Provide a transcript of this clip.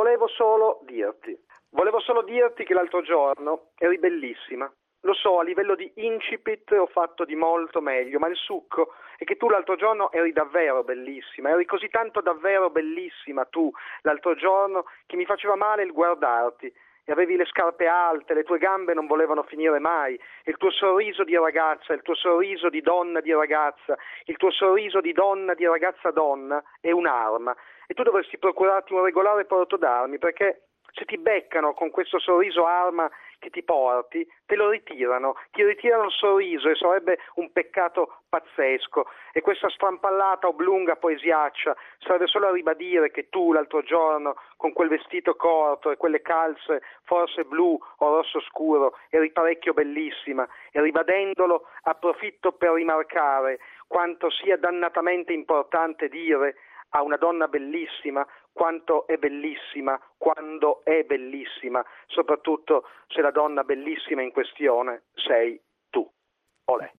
volevo solo dirti che l'altro giorno eri bellissima. Lo so, a livello di incipit ho fatto di molto meglio, ma il succo è che tu l'altro giorno eri davvero bellissima, eri così tanto davvero bellissima tu l'altro giorno che mi faceva male il guardarti. E avevi le scarpe alte, le tue gambe non volevano finire mai, e il tuo sorriso di ragazza, il tuo sorriso di donna di ragazza, il tuo sorriso di donna di ragazza donna è un'arma, e tu dovresti procurarti un regolare porto d'armi, perché se ti beccano con questo sorriso arma che ti porti, te lo ritirano, ti ritirano il sorriso, e sarebbe un peccato pazzesco. E questa strampallata oblunga poesiaccia serve solo a ribadire che tu l'altro giorno con quel vestito corto e quelle calze forse blu o rosso scuro eri parecchio bellissima, e ribadendolo approfitto per rimarcare quanto sia dannatamente importante dire a una donna bellissima quanto è bellissima quando è bellissima, soprattutto se la donna bellissima in questione sei tu. Olè.